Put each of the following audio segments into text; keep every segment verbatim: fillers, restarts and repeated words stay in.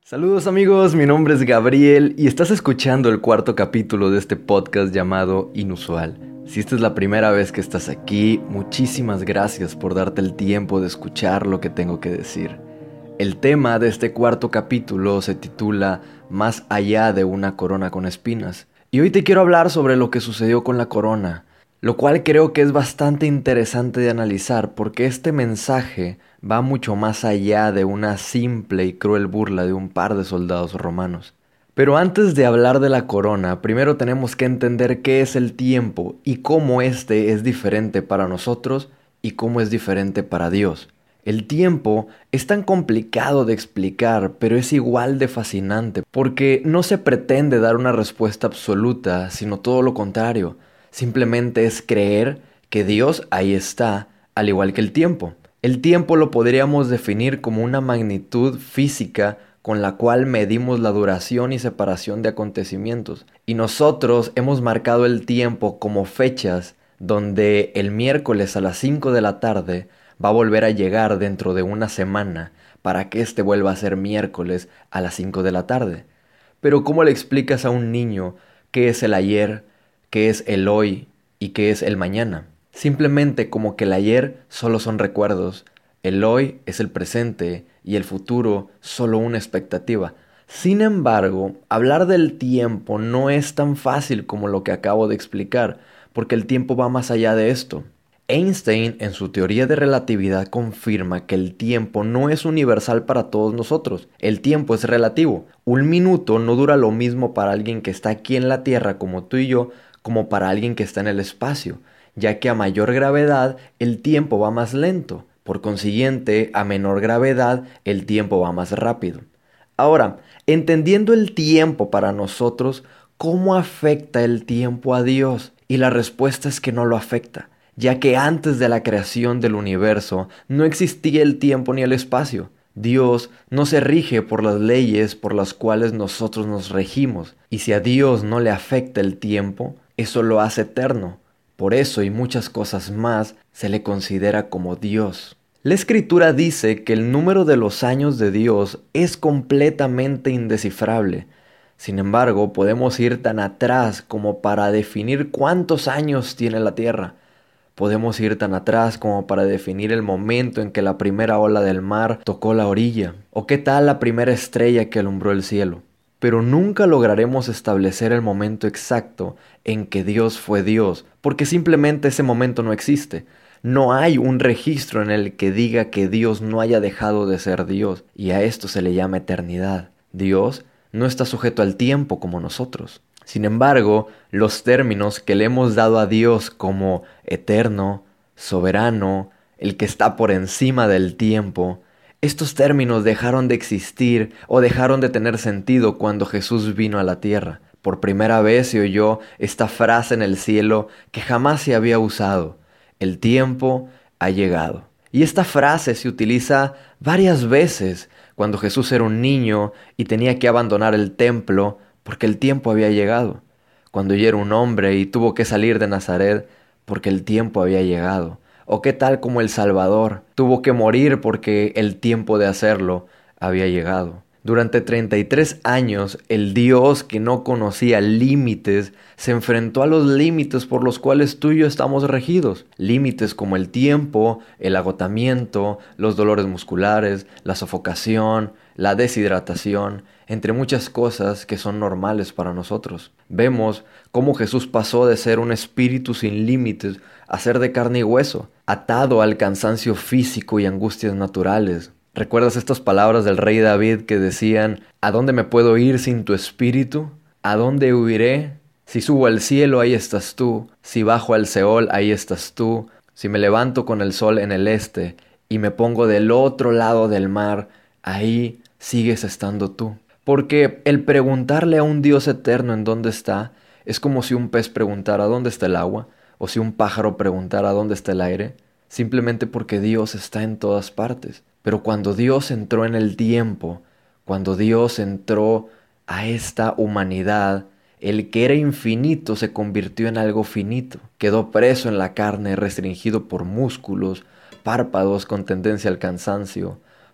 Saludos amigos, mi nombre es Gabriel y estás escuchando el cuarto capítulo de este podcast llamado Inusual. Si esta es la primera vez que estás aquí, muchísimas gracias por darte el tiempo de escuchar lo que tengo que decir. El tema de este cuarto capítulo se titula Más allá de una corona con espinas. Y hoy te quiero hablar sobre lo que sucedió con la corona, lo cual creo que es bastante interesante de analizar porque este mensaje va mucho más allá de una simple y cruel burla de un par de soldados romanos. Pero antes de hablar de la corona, primero tenemos que entender qué es el tiempo y cómo este es diferente para nosotros y cómo es diferente para Dios. El tiempo es tan complicado de explicar, pero es igual de fascinante, porque no se pretende dar una respuesta absoluta, sino todo lo contrario. Simplemente es creer que Dios ahí está, al igual que el tiempo. El tiempo lo podríamos definir como una magnitud física con la cual medimos la duración y separación de acontecimientos. Y nosotros hemos marcado el tiempo como fechas donde el miércoles a las cinco de la tarde va a volver a llegar dentro de una semana para que este vuelva a ser miércoles a las cinco de la tarde. Pero ¿cómo le explicas a un niño qué es el ayer, qué es el hoy y qué es el mañana? Simplemente como que el ayer solo son recuerdos, el hoy es el presente y el futuro solo una expectativa. Sin embargo, hablar del tiempo no es tan fácil como lo que acabo de explicar, porque el tiempo va más allá de esto. Einstein, en su teoría de relatividad, confirma que el tiempo no es universal para todos nosotros. El tiempo es relativo. Un minuto no dura lo mismo para alguien que está aquí en la Tierra como tú y yo, como para alguien que está en el espacio, ya que a mayor gravedad el tiempo va más lento. Por consiguiente, a menor gravedad el tiempo va más rápido. Ahora, entendiendo el tiempo para nosotros, ¿cómo afecta el tiempo a Dios? Y la respuesta es que no lo afecta, ya que antes de la creación del universo no existía el tiempo ni el espacio. Dios no se rige por las leyes por las cuales nosotros nos regimos, y si a Dios no le afecta el tiempo, eso lo hace eterno. Por eso y muchas cosas más se le considera como Dios. La Escritura dice que el número de los años de Dios es completamente indescifrable. Sin embargo, podemos ir tan atrás como para definir cuántos años tiene la Tierra. Podemos ir tan atrás como para definir el momento en que la primera ola del mar tocó la orilla, o qué tal la primera estrella que alumbró el cielo. Pero nunca lograremos establecer el momento exacto en que Dios fue Dios, porque simplemente ese momento no existe. No hay un registro en el que diga que Dios no haya dejado de ser Dios, y a esto se le llama eternidad. Dios no está sujeto al tiempo como nosotros. Sin embargo, los términos que le hemos dado a Dios como eterno, soberano, el que está por encima del tiempo, estos términos dejaron de existir o dejaron de tener sentido cuando Jesús vino a la tierra. Por primera vez se oyó esta frase en el cielo que jamás se había usado: el tiempo ha llegado. Y esta frase se utiliza varias veces cuando Jesús era un niño y tenía que abandonar el templo porque el tiempo había llegado. Cuando ya era un hombre y tuvo que salir de Nazaret porque el tiempo había llegado. O qué tal como el Salvador tuvo que morir porque el tiempo de hacerlo había llegado. Durante treinta y tres años, el Dios que no conocía límites se enfrentó a los límites por los cuales tú y yo estamos regidos. Límites como el tiempo, el agotamiento, los dolores musculares, la sofocación, la deshidratación, entre muchas cosas que son normales para nosotros. Vemos cómo Jesús pasó de ser un espíritu sin límites a ser de carne y hueso, atado al cansancio físico y angustias naturales. ¿Recuerdas estas palabras del rey David que decían: ¿a dónde me puedo ir sin tu espíritu? ¿A dónde huiré? Si subo al cielo, ahí estás tú. Si bajo al Seol, ahí estás tú. Si me levanto con el sol en el este y me pongo del otro lado del mar, ahí sigues estando tú. Porque el preguntarle a un Dios eterno en dónde está es como si un pez preguntara dónde está el agua, o si un pájaro preguntara dónde está el aire, simplemente porque Dios está en todas partes. Pero cuando Dios entró en el tiempo, cuando Dios entró a esta humanidad, el que era infinito se convirtió en algo finito. Quedó preso en la carne, restringido por músculos, párpados con tendencia al cansancio,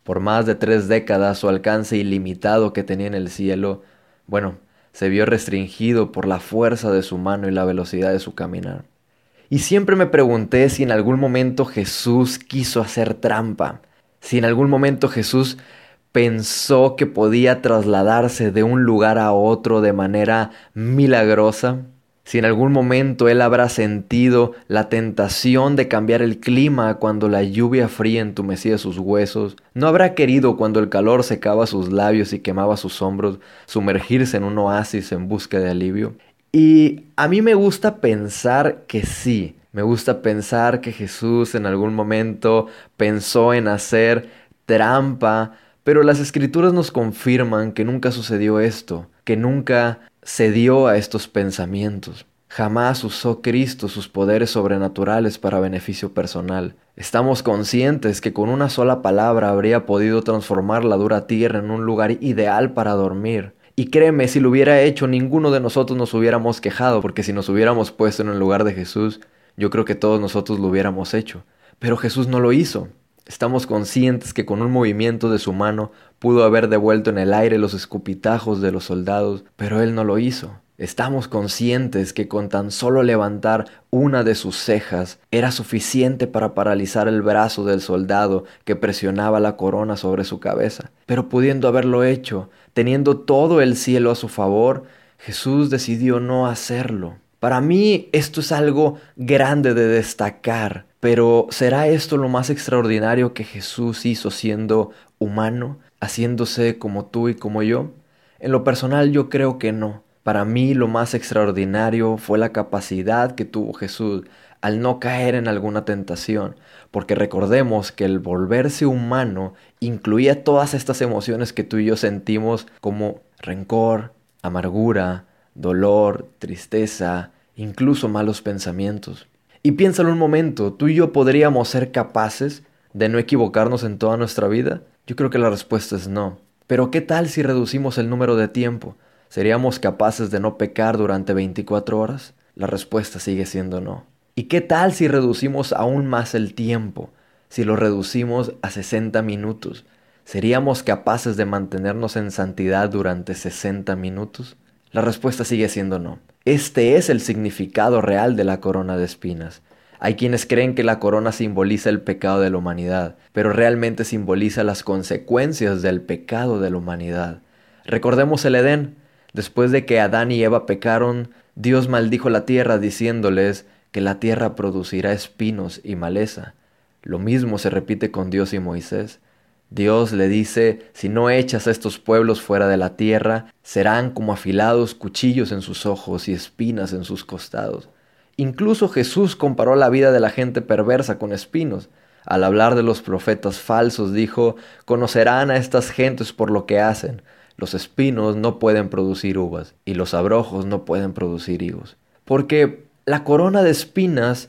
Por más de tres décadas su alcance ilimitado que tenía en el cielo, bueno, se vio restringido por la fuerza de su mano y la velocidad de su caminar. Y siempre me pregunté si en algún momento Jesús quiso hacer trampa, si en algún momento Jesús pensó que podía trasladarse de un lugar a otro de manera milagrosa, si en algún momento él habrá sentido la tentación de cambiar el clima cuando la lluvia fría entumecía sus huesos, no habrá querido cuando el calor secaba sus labios y quemaba sus hombros sumergirse en un oasis en busca de alivio. Y a mí me gusta pensar que sí, me gusta pensar que Jesús en algún momento pensó en hacer trampa, pero las escrituras nos confirman que nunca sucedió esto, que nunca cedió a estos pensamientos. Jamás usó Cristo sus poderes sobrenaturales para beneficio personal. Estamos conscientes que con una sola palabra habría podido transformar la dura tierra en un lugar ideal para dormir. Y créeme, si lo hubiera hecho, ninguno de nosotros nos hubiéramos quejado, porque si nos hubiéramos puesto en el lugar de Jesús, yo creo que todos nosotros lo hubiéramos hecho. Pero Jesús no lo hizo. Estamos conscientes que con un movimiento de su mano pudo haber devuelto en el aire los escupitajos de los soldados, pero él no lo hizo. Estamos conscientes que con tan solo levantar una de sus cejas era suficiente para paralizar el brazo del soldado que presionaba la corona sobre su cabeza. Pero pudiendo haberlo hecho, teniendo todo el cielo a su favor, Jesús decidió no hacerlo. Para mí esto es algo grande de destacar, pero ¿será esto lo más extraordinario que Jesús hizo siendo humano, haciéndose como tú y como yo? En lo personal yo creo que no. Para mí lo más extraordinario fue la capacidad que tuvo Jesús al no caer en alguna tentación, porque recordemos que el volverse humano incluía todas estas emociones que tú y yo sentimos como rencor, amargura, dolor, tristeza, incluso malos pensamientos. Y piénsalo un momento, ¿tú y yo podríamos ser capaces de no equivocarnos en toda nuestra vida? Yo creo que la respuesta es no. Pero ¿qué tal si reducimos el número de tiempo? ¿Seríamos capaces de no pecar durante veinticuatro horas? La respuesta sigue siendo no. ¿Y qué tal si reducimos aún más el tiempo? Si lo reducimos a sesenta minutos, ¿seríamos capaces de mantenernos en santidad durante sesenta minutos? La respuesta sigue siendo no. Este es el significado real de la corona de espinas. Hay quienes creen que la corona simboliza el pecado de la humanidad, pero realmente simboliza las consecuencias del pecado de la humanidad. Recordemos el Edén. Después de que Adán y Eva pecaron, Dios maldijo la tierra diciéndoles que la tierra producirá espinos y maleza. Lo mismo se repite con Dios y Moisés. Dios le dice, si no echas a estos pueblos fuera de la tierra, serán como afilados cuchillos en sus ojos y espinas en sus costados. Incluso Jesús comparó la vida de la gente perversa con espinos. Al hablar de los profetas falsos, dijo, conocerán a estas gentes por lo que hacen. Los espinos no pueden producir uvas y los abrojos no pueden producir higos. Porque la corona de espinas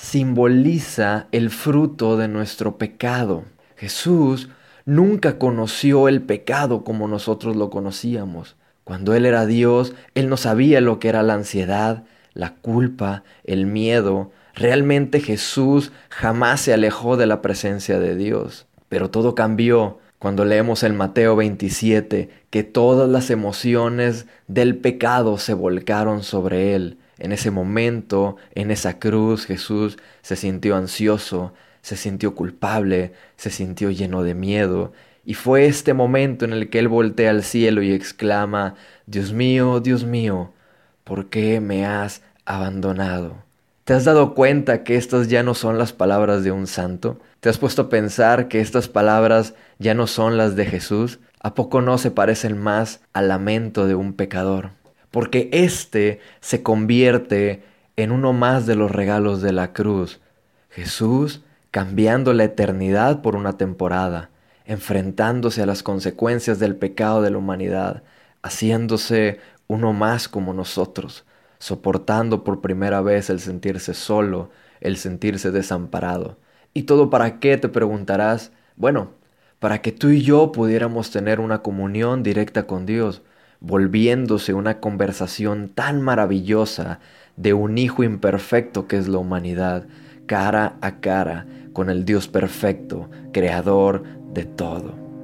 simboliza el fruto de nuestro pecado. Jesús nunca conoció el pecado como nosotros lo conocíamos. Cuando Él era Dios, Él no sabía lo que era la ansiedad, la culpa, el miedo. Realmente Jesús jamás se alejó de la presencia de Dios. Pero todo cambió cuando leemos en Mateo veintisiete que todas las emociones del pecado se volcaron sobre Él. En ese momento, en esa cruz, Jesús se sintió ansioso, se sintió culpable, se sintió lleno de miedo. Y fue este momento en el que Él voltea al cielo y exclama, Dios mío, Dios mío, ¿por qué me has abandonado? ¿Te has dado cuenta que estas ya no son las palabras de un santo? ¿Te has puesto a pensar que estas palabras ya no son las de Jesús? ¿A poco no se parecen más al lamento de un pecador? Porque éste se convierte en uno más de los regalos de la cruz. Jesús cambiando la eternidad por una temporada, enfrentándose a las consecuencias del pecado de la humanidad, haciéndose uno más como nosotros, soportando por primera vez el sentirse solo, el sentirse desamparado. ¿Y todo para qué?, te preguntarás. Bueno, para que tú y yo pudiéramos tener una comunión directa con Dios, volviéndose una conversación tan maravillosa de un hijo imperfecto que es la humanidad, cara a cara con el Dios perfecto, creador de todo.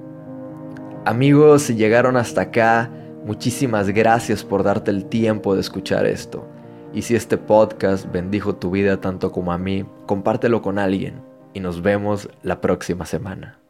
Amigos, si llegaron hasta acá, muchísimas gracias por darte el tiempo de escuchar esto. Y si este podcast bendijo tu vida tanto como a mí, compártelo con alguien y nos vemos la próxima semana.